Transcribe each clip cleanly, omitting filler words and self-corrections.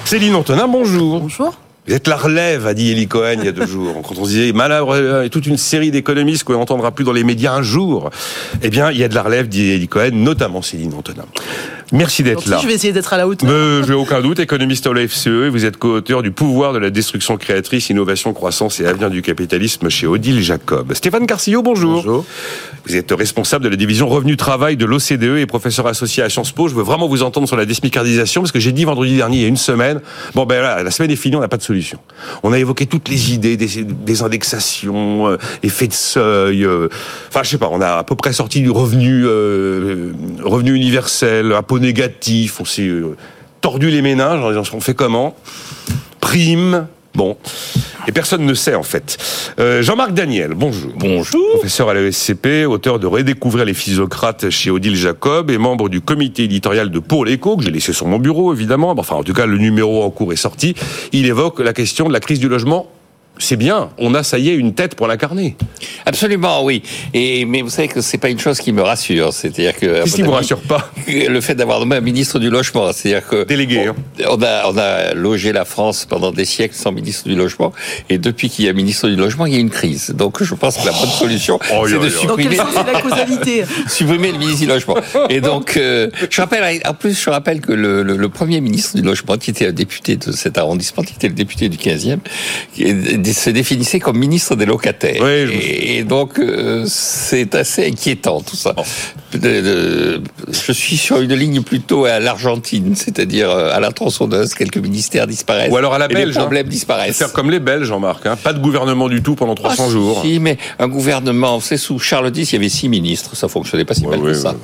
Céline Antonin, bonjour. Bonjour. Vous êtes la relève, a dit Eli Cohen il y a 2 jours. Quand on se disait malheur et toute une série d'économistes qu'on n'entendra plus dans les médias un jour, eh bien, il y a de la relève, dit Eli Cohen, notamment Céline Antonin. Merci d'être là. Je vais essayer d'être à la hauteur. Je n'ai aucun doute, économiste à la FCE, et vous êtes co-auteur du Pouvoir de la destruction créatrice, innovation, croissance et avenir du capitalisme chez Odile Jacob. Stéphane Carcillo, bonjour. Bonjour. Vous êtes responsable de la division revenu-travail de l'OCDE et professeur associé à Sciences Po. Je veux vraiment vous entendre sur la désmicardisation, parce que j'ai dit vendredi dernier, il y a une semaine, la semaine est finie, on n'a pas de solution. On a évoqué toutes les idées, des indexations, effet de seuil, on a à peu près sorti du revenu universel, impôt négatif, on s'est tordu les méninges en disant on fait comment, prime, bon, et personne ne sait en fait. Jean-Marc Daniel, bonjour. Bonjour. Professeur à l'ESCP, auteur de Redécouvrir les physocrates chez Odile Jacob et membre du comité éditorial de Pour l'Écho, que j'ai laissé sur mon bureau évidemment, en tout cas le numéro en cours est sorti. Il évoque la question de la crise du logement. C'est bien, on a, ça y est, une tête pour l'incarner. Absolument, oui. Mais vous savez que c'est pas une chose qui me rassure. C'est-à-dire que... Qu'est-ce qui vous rassure pas? Le fait d'avoir nommé un ministre du logement. C'est-à-dire que... Délégué, on a logé la France pendant des siècles sans ministre du logement. Et depuis qu'il y a ministre du logement, il y a une crise. Donc, je pense que la bonne solution, c'est de supprimer... Donc, quelle est la causalité? Supprimer le ministre du logement. Et donc, je rappelle que le premier ministre du logement, qui était un député de cet arrondissement, qui était le député du 15e, se définissait comme ministre des locataires. Oui, et donc, c'est assez inquiétant, tout ça. Je suis sur une ligne plutôt à l'Argentine, c'est-à-dire à la tronçonneuse, quelques ministères disparaissent. Ou alors à la Belge. Les problèmes disparaissent. Faire comme les Belges, Jean-Marc. Pas de gouvernement du tout pendant 300 jours. Si, mais un gouvernement, vous savez, sous Charles X, il y avait 6 ministres. Ça fonctionnait pas si mal que ça.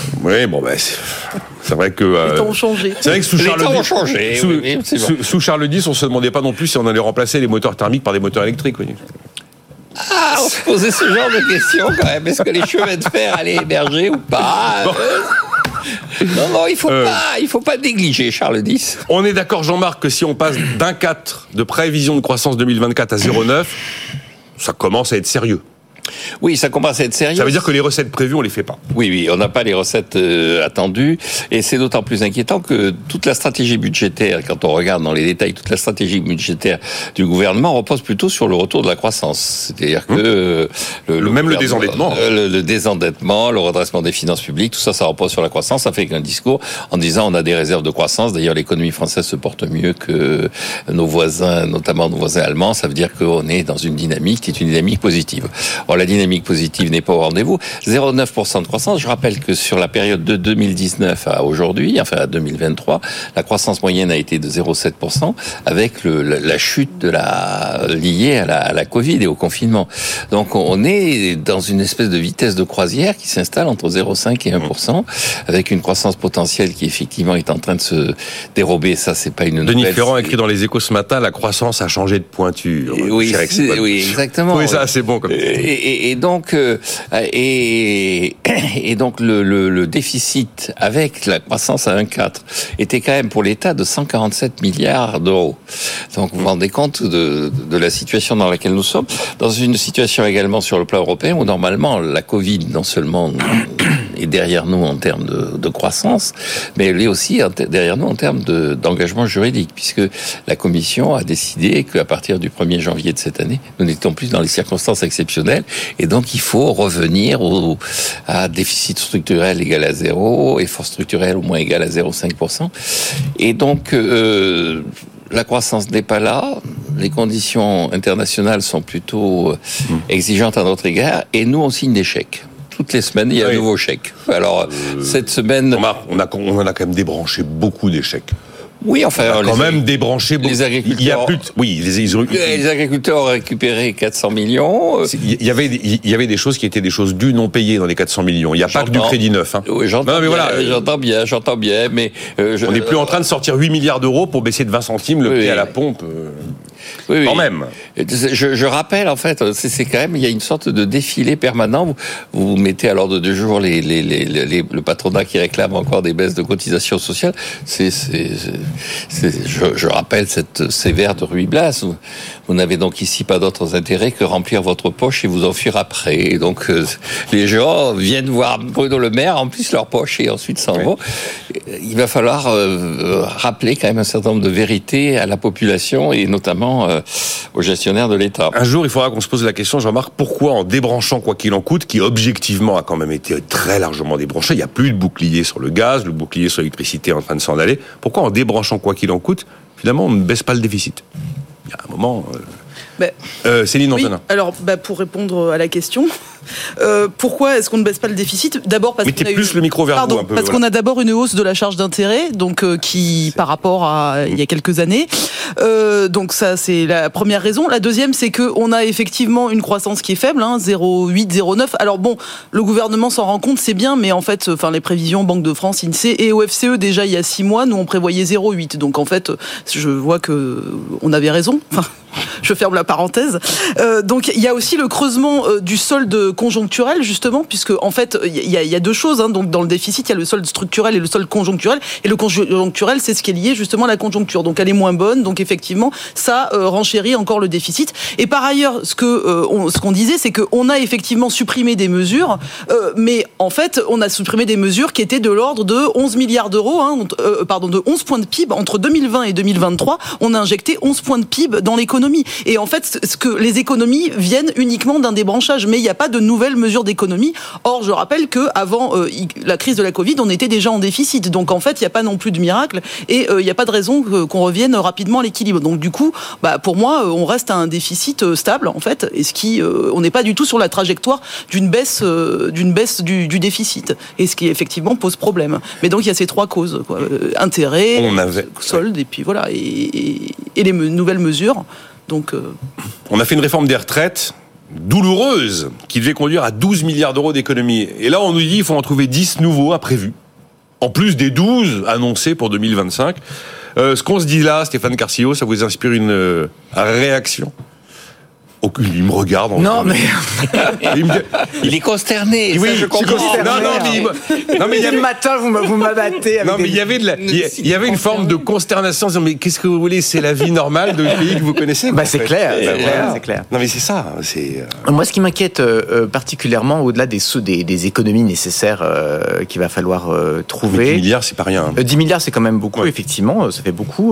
C'est vrai que... Les temps ont changé. C'est vrai que sous Charles X... Sous Charles X, on se demandait pas non plus si on allait remplacer les moteurs thermiques par des moteurs électriques. Oui. Ah, on se posait ce genre de questions quand même. Est-ce que les chemins de fer allaient émerger ou pas? Non, il faut pas négliger Charles X. On est d'accord, Jean-Marc, que si on passe d'1,4 de prévision de croissance 2024 à 0,9, ça commence à être sérieux. Oui, ça commence à être sérieux. Ça veut dire que les recettes prévues, on les fait pas. Oui, on n'a pas les recettes attendues, et c'est d'autant plus inquiétant que toute la stratégie budgétaire, quand on regarde dans les détails, toute la stratégie budgétaire du gouvernement repose plutôt sur le retour de la croissance. C'est-à-dire que le désendettement, le désendettement, le redressement des finances publiques, tout ça, ça repose sur la croissance. Ça fait qu'un discours en disant on a des réserves de croissance. D'ailleurs, l'économie française se porte mieux que nos voisins, notamment nos voisins allemands. Ça veut dire qu'on est dans une dynamique qui est une dynamique positive. La dynamique positive n'est pas au rendez-vous. 0,9% de croissance. Je rappelle que sur la période de 2019 à aujourd'hui, enfin à 2023, la croissance moyenne a été de 0,7% avec la chute liée à la Covid et au confinement. Donc on est dans une espèce de vitesse de croisière qui s'installe entre 0,5 et 1%, avec une croissance potentielle qui effectivement est en train de se dérober. Ça, c'est pas une nouvelle. Denis Ferrand a écrit dans les Échos ce matin, la croissance a changé de pointure. Oui, exactement. Oui, ça, c'est bon comme ça. Et donc le déficit avec la croissance à 1,4 était quand même pour l'État de 147 milliards d'euros. Donc vous vous rendez compte de la situation dans laquelle nous sommes, dans une situation également sur le plan européen où normalement la Covid non seulement est derrière nous en termes de croissance, mais elle est aussi derrière nous en termes d'engagement juridique, puisque la Commission a décidé qu'à partir du 1er janvier de cette année, nous n'étions plus dans les circonstances exceptionnelles, et donc il faut revenir à déficit structurel égal à 0, effort structurel au moins égal à 0,5%. Et donc la croissance n'est pas là, les conditions internationales sont plutôt exigeantes à notre égard, et nous on signe des chèques. Toutes les semaines, il y a un nouveau chèque. Alors, cette semaine... On a quand même débranché beaucoup des chèques. Oui, enfin... On a quand même débranché beaucoup. Les agriculteurs... Il y a plus de... Les agriculteurs ont récupéré 400 millions. Il y avait des choses qui étaient des choses dues non payées dans les 400 millions. Il n'y a pas que du crédit neuf. Oui, j'entends bien, mais... on n'est plus en train de sortir 8 milliards d'euros pour baisser de 20 centimes le prix à la pompe. Oui, quand même. Je rappelle, en fait, c'est quand même, il y a une sorte de défilé permanent. Vous mettez à l'ordre du jour le patronat qui réclame encore des baisses de cotisations sociales. Je rappelle cette sévère de Ruy Blas. Vous n'avez donc ici pas d'autres intérêts que remplir votre poche et vous enfuir après. Et donc, les gens viennent voir Bruno Le Maire, remplissent leur poche et ensuite s'en vont. Il va falloir rappeler quand même un certain nombre de vérités à la population et notamment aux gestionnaires de l'État. Un jour, il faudra qu'on se pose la question, Jean-Marc, pourquoi en débranchant quoi qu'il en coûte, qui objectivement a quand même été très largement débranché, il n'y a plus de bouclier sur le gaz, le bouclier sur l'électricité est en train de s'en aller, pourquoi en débranchant quoi qu'il en coûte, finalement on ne baisse pas le déficit? Il y a un moment... Céline Antonin. Alors, pour répondre à la question, pourquoi est-ce qu'on ne baisse pas le déficit? D'abord parce mettez plus le micro vers vous un peu. Parce qu'on a d'abord une hausse de la charge d'intérêt, donc qui par rapport à il y a quelques années. Donc ça, c'est la première raison. La deuxième, c'est que on a effectivement une croissance qui est faible, 0,8, 0,9. Alors bon, le gouvernement s'en rend compte, c'est bien, mais en fait, les prévisions Banque de France, INSEE et OFCE déjà il y a 6 mois, nous on prévoyait 0,8. Donc en fait, je vois que on avait raison. Je ferme la parenthèse. Donc il y a aussi le creusement du solde conjoncturel justement, puisque en fait il y a deux choses. Donc dans le déficit, il y a le solde structurel et le solde conjoncturel. Et le conjoncturel, c'est ce qui est lié justement à la conjoncture. Donc elle est moins bonne. Donc effectivement, ça renchérit encore le déficit. Et par ailleurs, ce qu'on disait, c'est qu'on a effectivement supprimé des mesures, mais en fait, on a supprimé des mesures qui étaient de l'ordre de 11 milliards d'euros, de 11 points de PIB entre 2020 et 2023. On a injecté 11 points de PIB dans l'économie. Et en fait, les économies viennent uniquement d'un débranchage, mais il n'y a pas de nouvelles mesures d'économie. Or, je rappelle que avant la crise de la Covid, on était déjà en déficit. Donc en fait, il n'y a pas non plus de miracle et il n'y a pas de raison qu'on revienne rapidement à l'équilibre. Donc du coup, pour moi, on reste à un déficit stable en fait, et on n'est pas du tout sur la trajectoire d'une baisse du déficit, et ce qui effectivement pose problème. Mais donc il y a ces trois causes, intérêt, solde, et puis voilà, et les nouvelles mesures. Donc, on a fait une réforme des retraites douloureuse qui devait conduire à 12 milliards d'euros d'économies. Et là, on nous dit qu'il faut en trouver 10 nouveaux à prévu, en plus des 12 annoncés pour 2025. Ce qu'on se dit là, Stéphane Carcillo, ça vous inspire une réaction? Aucune, il me regarde. Non, mais il est consterné. Oui, ça, je comprends. Non, mais il y avait... le matin, vous m'abattez. Non, mais il y avait une forme de consternation. Mais qu'est-ce que vous voulez? C'est la vie normale de pays que vous connaissez. C'est clair, c'est clair. Non, mais c'est ça. Moi, ce qui m'inquiète particulièrement, au-delà des économies nécessaires qu'il va falloir trouver. Mais 10 milliards, c'est pas rien. 10 milliards, c'est quand même beaucoup, effectivement. Ça fait beaucoup.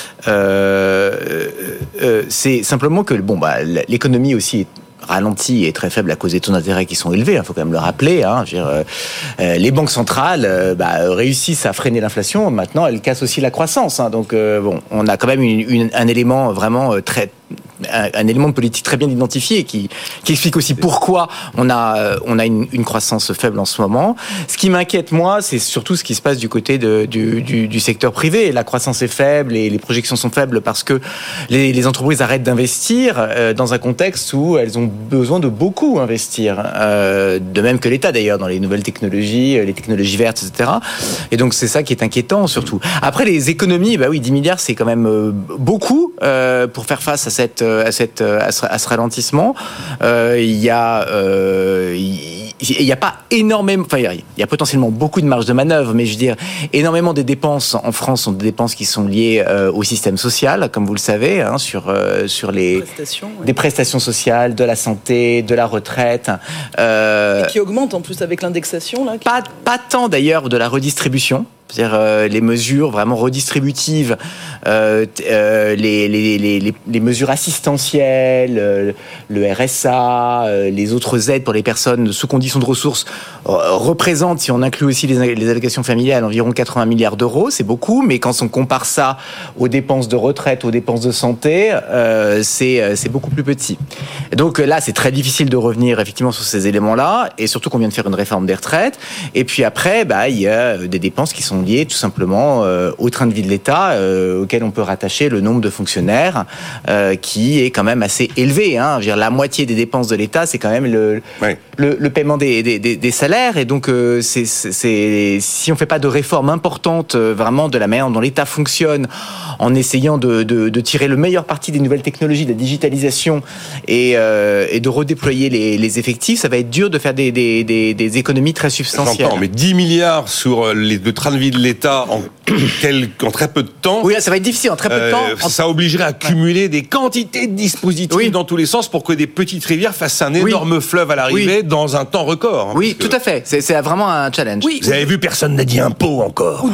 C'est simplement que l'économie aussi est ralentie et très faible à cause des taux d'intérêt qui sont élevés. Il faut quand même le rappeler. Les banques centrales réussissent à freiner l'inflation. Maintenant, elles cassent aussi la croissance. Donc, on a quand même un élément vraiment un élément de politique très bien identifié qui explique aussi pourquoi on a une croissance faible en ce moment. Ce qui m'inquiète, moi, c'est surtout ce qui se passe du côté du secteur privé. La croissance est faible et les projections sont faibles parce que les entreprises arrêtent d'investir dans un contexte où elles ont besoin de beaucoup investir. De même que l'État, d'ailleurs, dans les nouvelles technologies, les technologies vertes, etc. Et donc, c'est ça qui est inquiétant, surtout. Après, les économies, 10 milliards, c'est quand même beaucoup pour faire face à ce ralentissement. Il y a pas énormément, il y a potentiellement beaucoup de marge de manœuvre, mais je veux dire, énormément des dépenses en France sont des dépenses qui sont liées au système social, comme vous le savez, sur les des prestations sociales, de la santé, de la retraite. Et qui augmentent en plus avec l'indexation là. Pas tant d'ailleurs de la redistribution. C'est-à-dire les mesures vraiment redistributives, les mesures assistentielles, le RSA, les autres aides pour les personnes sous conditions de ressources représentent, si on inclut aussi les allocations familiales, environ 80 milliards d'euros. C'est beaucoup, mais quand on compare ça aux dépenses de retraite, aux dépenses de santé, c'est beaucoup plus petit. Donc là, c'est très difficile de revenir effectivement sur ces éléments-là, et surtout qu'on vient de faire une réforme des retraites. Et puis après, il y a des dépenses qui sont sont liées tout simplement au train de vie de l'État, auquel on peut rattacher le nombre de fonctionnaires, qui est quand même assez élevé. Hein. Je veux dire, la moitié des dépenses de l'État, c'est quand même le paiement des salaires. Et donc, si on fait pas de réforme importante, vraiment de la manière dont l'État fonctionne, en essayant de tirer le meilleur parti des nouvelles technologies, de la digitalisation, et de redéployer les effectifs, ça va être dur de faire des économies très substantielles. J'entends, mais 10 milliards sur le train de vie de l'État en très peu de temps. Oui, ça va être difficile en très peu de temps. Ça obligerait à cumuler des quantités de dispositifs dans tous les sens pour que des petites rivières fassent un énorme fleuve à l'arrivée dans un temps record. Hein, oui, tout à fait. C'est vraiment un challenge. Oui. Vous avez vu, personne n'a dit impôt encore.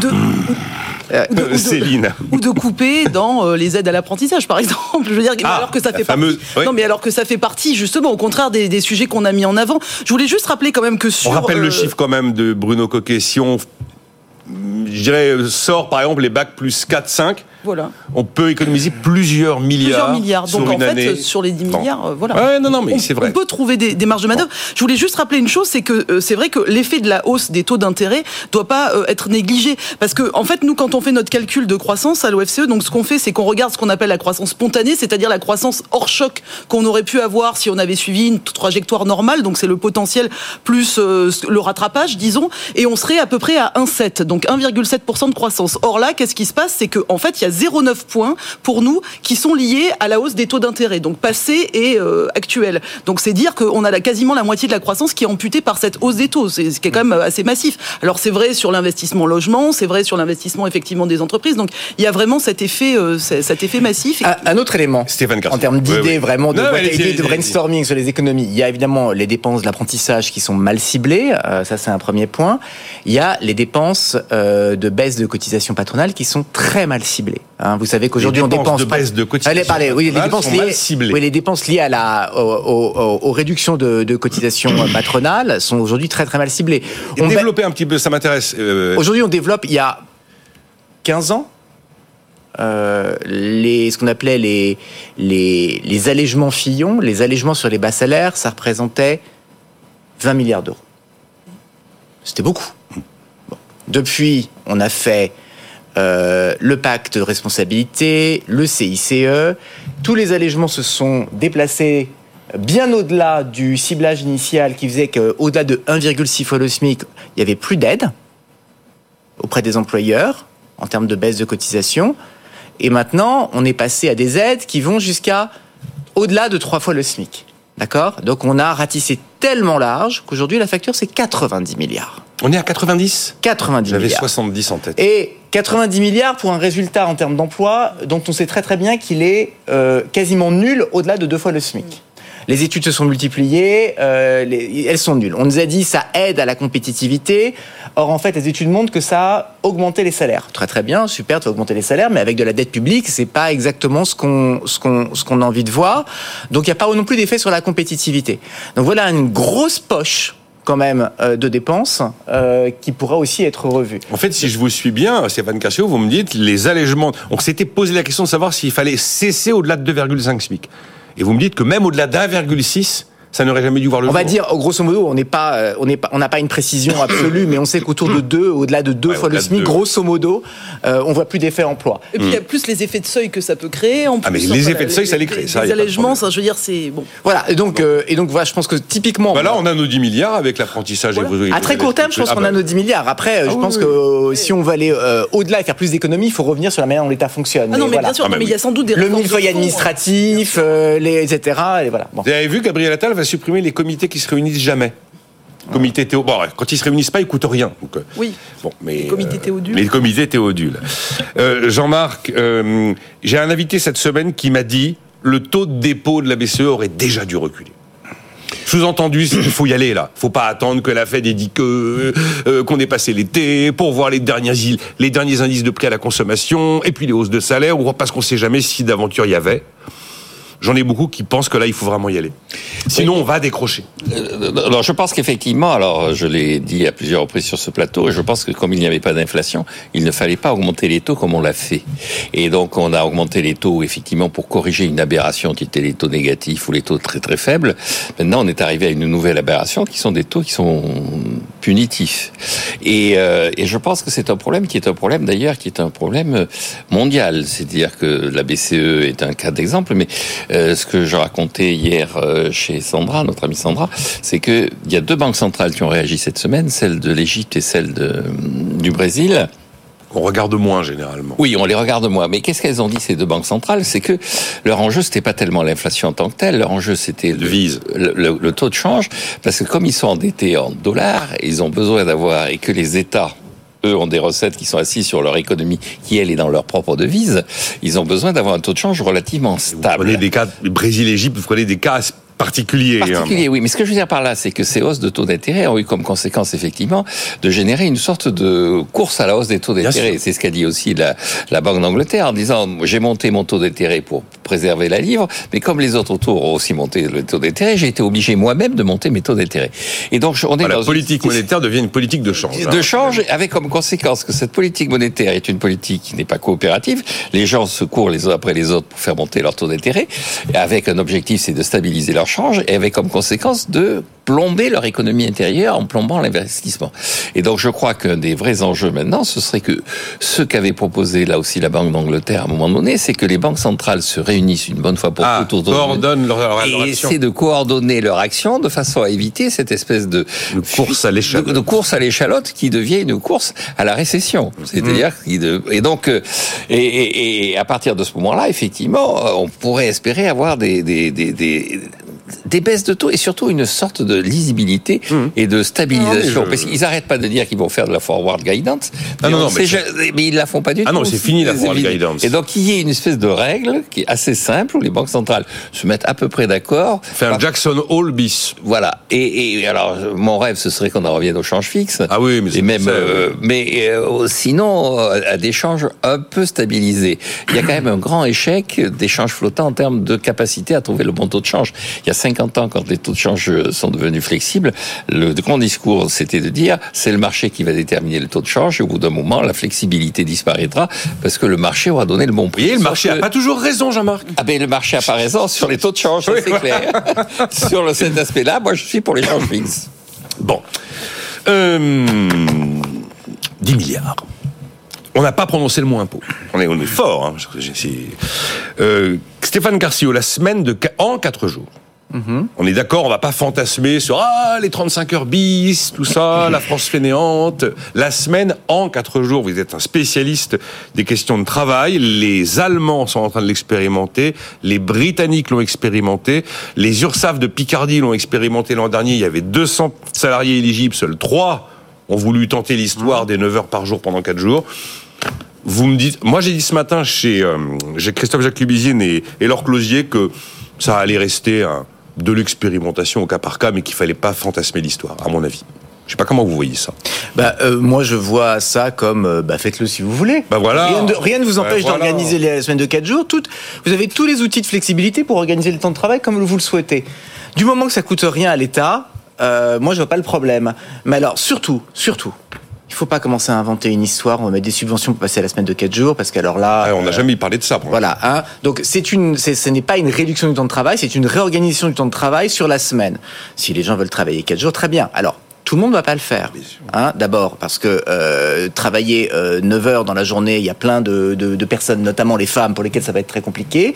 Céline. Ou de couper dans les aides à l'apprentissage, par exemple. Je veux dire, alors que ça fait partie. Non, mais alors que ça fait partie, justement, au contraire des sujets qu'on a mis en avant. Je voulais juste rappeler quand même que sur. On rappelle le chiffre quand même de Bruno Coquet. Si on, je dirais, sort par exemple les bacs plus 4, 5. Voilà. On peut économiser plusieurs milliards. Donc en fait, sur les 10 milliards, voilà. Ouais, non, mais c'est vrai. On peut trouver des marges de manœuvre. Je voulais juste rappeler une chose, c'est que c'est vrai que l'effet de la hausse des taux d'intérêt doit pas être négligé. Parce que, en fait, nous, quand on fait notre calcul de croissance à l'OFCE, donc ce qu'on fait, c'est qu'on regarde ce qu'on appelle la croissance spontanée, c'est-à-dire la croissance hors choc qu'on aurait pu avoir si on avait suivi une trajectoire normale. Donc c'est le potentiel plus le rattrapage, disons. Et on serait à peu près à 1,7. Donc 1,7% de croissance. Or là, qu'est-ce qui se passe? C'est qu'en fait, il y a 0,9 points pour nous qui sont liés à la hausse des taux d'intérêt, donc passé et actuel. Donc c'est dire qu'on a quasiment la moitié de la croissance qui est amputée par cette hausse des taux, ce qui est quand même assez massif. Alors c'est vrai sur l'investissement logement, c'est vrai sur l'investissement effectivement des entreprises, donc il y a vraiment cet effet massif. Un autre élément, Stéphane Carson, en termes d'idées vraiment de brainstorming sur les économies, il y a évidemment les dépenses de l'apprentissage qui sont mal ciblées, ça c'est un premier point. Il y a les dépenses de baisse de cotisations patronales qui sont très mal ciblées. Vous savez qu'aujourd'hui on dépense de baisse de cotisations les dépenses liées, les dépenses liées à aux réductions de cotisations patronales sont aujourd'hui très très mal ciblées. Développer un petit peu, ça m'intéresse. Aujourd'hui on développe, il y a 15 ans, ce qu'on appelait les allègements Fillon, les allègements sur les bas salaires, ça représentait 20 milliards d'euros. C'était beaucoup. Bon. Depuis, on a fait le pacte de responsabilité, le CICE, tous les allègements se sont déplacés bien au-delà du ciblage initial qui faisait qu'au-delà de 1,6 fois le SMIC, il n'y avait plus d'aide auprès des employeurs en termes de baisse de cotisation. Et maintenant, on est passé à des aides qui vont jusqu'à au-delà de 3 fois le SMIC. D'accord ? Donc on a ratissé tellement large qu'aujourd'hui la facture c'est 90 milliards. On est à 90 ? 90 milliards. J'avais 70 en tête. Et 90 milliards pour un résultat en termes d'emploi dont on sait très très bien qu'il est quasiment nul au-delà de 2 fois le SMIC. Les études se sont multipliées, elles sont nulles. On nous a dit ça aide à la compétitivité. Or, en fait, les études montrent que ça a augmenté les salaires. Très très bien, super, tu vas augmenter les salaires, mais avec de la dette publique, c'est pas exactement ce qu'on a envie de voir. Donc, il n'y a pas non plus d'effet sur la compétitivité. Donc voilà une grosse poche quand même de dépenses qui pourra aussi être revue. En fait, si je vous suis bien, Stéphane Cassio, vous me dites les allègements. On s'était posé la question de savoir s'il fallait cesser au-delà de 2,5 SMIC. Et vous me dites que même au-delà d'1,6, ça n'aurait jamais dû voir le jour. On va dire, grosso modo, on n'a pas une précision absolue, mais on sait qu'autour de 2, au-delà de 2 fois le SMIC, grosso modo, on voit plus d'effets emploi. Et puis il y a plus les effets de seuil que ça peut créer. En plus, mais les effets de seuil, ça les crée. Les allègements, ça, je veux dire, c'est bon. Voilà. Et donc voilà, je pense que typiquement. Là, on a nos 10 milliards avec l'apprentissage. Voilà. À très court terme, je pense qu'on a nos 10 milliards. Après, je pense que si on veut aller au-delà et faire plus d'économies, il faut revenir sur la manière dont l'État fonctionne. Ah non, mais bien sûr, mais il y a sans doute des le millefeuille administratif, etc. Et voilà. Vous avez vu, Gabriel Attal va supprimer les comités qui se réunissent jamais. Comité Théo. Bon, quand ils se réunissent pas, ils coûtent rien. Donc, oui. Bon, mais les comités Théodule. Les comités Théodule. Jean-Marc, j'ai un invité cette semaine qui m'a dit le taux de dépôt de la BCE aurait déjà dû reculer. Sous-entendu, il faut y aller là. Faut pas attendre que la Fed ait dit qu'on ait passé l'été pour voir les derniers indices de prix à la consommation et puis les hausses de salaire, parce qu'on sait jamais si d'aventure il y avait. J'en ai beaucoup qui pensent que là, il faut vraiment y aller. Sinon, on va décrocher. Alors, je pense qu'effectivement, alors, je l'ai dit à plusieurs reprises sur ce plateau, et je pense que comme il n'y avait pas d'inflation, il ne fallait pas augmenter les taux comme on l'a fait. Et donc, on a augmenté les taux, effectivement, pour corriger une aberration qui était les taux négatifs ou les taux très très faibles. Maintenant, on est arrivé à une nouvelle aberration qui sont des taux qui sont punitif. Et je pense que c'est un problème qui est un problème mondial. C'est-à-dire que la BCE est un cas d'exemple, mais ce que je racontais hier chez Sandra, notre amie Sandra, c'est que il y a 2 banques centrales qui ont réagi cette semaine, celle de l'Égypte et celle du Brésil. On regarde moins généralement. Oui, on les regarde moins. Mais qu'est-ce qu'elles ont dit, ces 2 banques centrales? C'est que leur enjeu, c'était pas tellement l'inflation en tant que telle. Leur enjeu, c'était le taux de change. Parce que comme ils sont endettés en dollars, ils ont besoin d'avoir, et que les États, eux, ont des recettes qui sont assises sur leur économie, qui, elle, est dans leur propre devise, ils ont besoin d'avoir un taux de change relativement stable. Vous prenez des cas, Brésil-Égypte, vous prenez des cas particulier, oui. Mais ce que je veux dire par là, c'est que ces hausses de taux d'intérêt ont eu comme conséquence, effectivement, de générer une sorte de course à la hausse des taux d'intérêt. C'est ce qu'a dit aussi la Banque d'Angleterre, en disant, j'ai monté mon taux d'intérêt pour préserver la livre, mais comme les autres autour ont aussi monté le taux d'intérêt, j'ai été obligé moi-même de monter mes taux d'intérêt. Et donc, on est la politique monétaire devient une politique de change. De change, avec comme conséquence que cette politique monétaire est une politique qui n'est pas coopérative. Les gens se courent les uns après les autres pour faire monter leur taux d'intérêt, avec un objectif, c'est de stabiliser leur change, et avec comme conséquence de plomber leur économie intérieure en plombant l'investissement. Et donc je crois qu'un des vrais enjeux maintenant, ce serait que ce qu'avait proposé là aussi la Banque d'Angleterre à un moment donné, c'est que les banques centrales se réunissent une bonne fois pour toutes coordonnent leur et action. essaient de coordonner leur action de façon à éviter cette espèce de course à l'échalote. De course à l'échalote qui devient une course à la récession. C'est-à-dire et donc et à partir de ce moment-là, effectivement, on pourrait espérer avoir des baisses de taux et surtout une sorte de lisibilité et de stabilisation. Parce qu'ils n'arrêtent pas de dire qu'ils vont faire de la forward guidance. Mais ils ne la font pas du tout. Ah non, c'est fini la forward guidance. Et donc, qu'il y ait une espèce de règle qui est assez simple où les banques centrales se mettent à peu près d'accord. Faire un Jackson Hole bis. Voilà. Et alors, mon rêve, ce serait qu'on en revienne au change fixe. Ah oui, mais et même, sinon, à des changes un peu stabilisés. Il y a quand même un grand échec des changes flottants en termes de capacité à trouver le bon taux de change. Il y a 50 ans, quand les taux de change sont devenus flexibles, le grand discours, c'était de dire, c'est le marché qui va déterminer le taux de change, et au bout d'un moment, la flexibilité disparaîtra, parce que le marché aura donné le bon prix. Et le marché n'a pas toujours raison, Jean-Marc. Ah ben, le marché n'a pas raison sur les taux de change, ça, c'est clair. Sur cet aspect-là, moi, je suis pour les changes fixes. Bon. 10 milliards. On n'a pas prononcé le mot impôt. On est fort. Hein. Stéphane Carcillo, la semaine en 4 jours. On est d'accord, on va pas fantasmer sur les 35 heures bis, tout ça, la France fainéante. La semaine en 4 jours, vous êtes un spécialiste des questions de travail. Les Allemands sont en train de l'expérimenter, les Britanniques l'ont expérimenté, les URSSAF de Picardie l'ont expérimenté l'an dernier. Il y avait 200 salariés éligibles, seuls 3 ont voulu tenter l'histoire des 9 heures par jour pendant 4 jours. Vous me dites, moi j'ai dit ce matin chez Christophe Jacques-Lubizine et Laure Closier que ça allait rester de l'expérimentation au cas par cas, mais qu'il fallait pas fantasmer l'histoire, à mon avis. Je sais pas comment vous voyez ça. Moi, je vois ça comme faites-le si vous voulez. Voilà. Rien ne vous empêche d'organiser la semaine de 4 jours. Vous avez tous les outils de flexibilité pour organiser le temps de travail comme vous le souhaitez. Du moment que ça coûte rien à l'État, moi, je vois pas le problème. Mais alors, surtout, il faut pas commencer à inventer une histoire. On va mettre des subventions pour passer à la semaine de 4 jours, parce qu'alors là, on n'a jamais parlé de ça. Voilà. Donc ce n'est pas une réduction du temps de travail, c'est une réorganisation du temps de travail sur la semaine. Si les gens veulent travailler 4 jours, très bien. Alors, tout le monde ne va pas le faire. D'abord, parce que travailler 9 heures dans la journée, il y a plein de personnes, notamment les femmes, pour lesquelles ça va être très compliqué.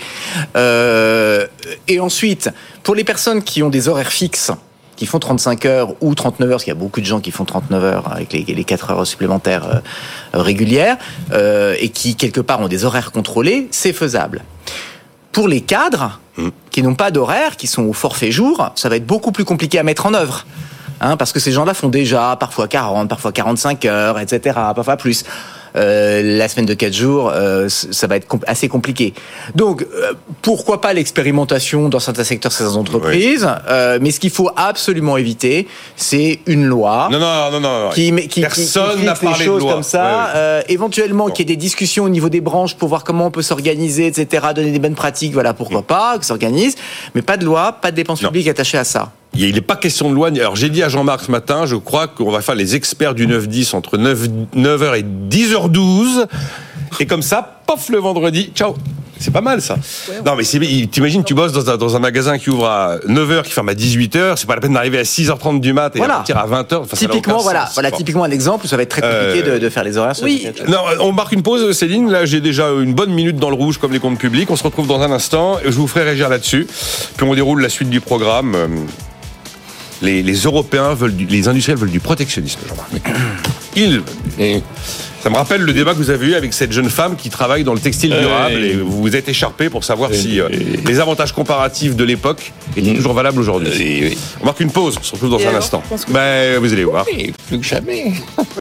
Et ensuite, pour les personnes qui ont des horaires fixes, qui font 35 heures ou 39 heures, parce qu'il y a beaucoup de gens qui font 39 heures avec les 4 heures supplémentaires régulières, et qui, quelque part, ont des horaires contrôlés, c'est faisable. Pour les cadres, qui n'ont pas d'horaire, qui sont au forfait jour, ça va être beaucoup plus compliqué à mettre en œuvre. Parce que ces gens-là font déjà parfois 40, parfois 45 heures, etc., parfois plus. La semaine de 4 jours, ça va être assez compliqué. Donc, pourquoi pas l'expérimentation dans certains secteurs, certaines entreprises, mais ce qu'il faut absolument éviter, c'est une loi. Non. Personne n'a parlé de loi. Comme ça. Éventuellement, qu'il y ait des discussions au niveau des branches pour voir comment on peut s'organiser, etc., donner des bonnes pratiques, voilà, pourquoi pas, que s'organise, mais pas de loi, pas de dépenses publiques attachées à ça. Il n'est pas question de loi. Alors, j'ai dit à Jean-Marc ce matin, je crois qu'on va faire les experts du 9-10 entre 9h et 10h12. Et comme ça, pof, le vendredi, ciao. C'est pas mal, ça. Ouais. Non, mais t'imagines, tu bosses dans un magasin qui ouvre à 9h, qui ferme à 18h. C'est pas la peine d'arriver à 6h30 du mat et à partir à 20h. Enfin, typiquement, voilà, typiquement un exemple où ça va être très compliqué de faire les horaires. Oui. Non, on marque une pause, Céline. Là, j'ai déjà une bonne minute dans le rouge, comme les comptes publics. On se retrouve dans un instant. Je vous ferai réagir là-dessus. Puis on déroule la suite du programme. Les Européens les industriels veulent du protectionnisme, Jean-Marc. Ça me rappelle le débat que vous avez eu avec cette jeune femme qui travaille dans le textile durable et vous vous êtes écharpé pour savoir si les avantages comparatifs de l'époque étaient toujours valables aujourd'hui. On marque une pause, on se retrouve dans un instant. Vous allez voir. Plus que jamais.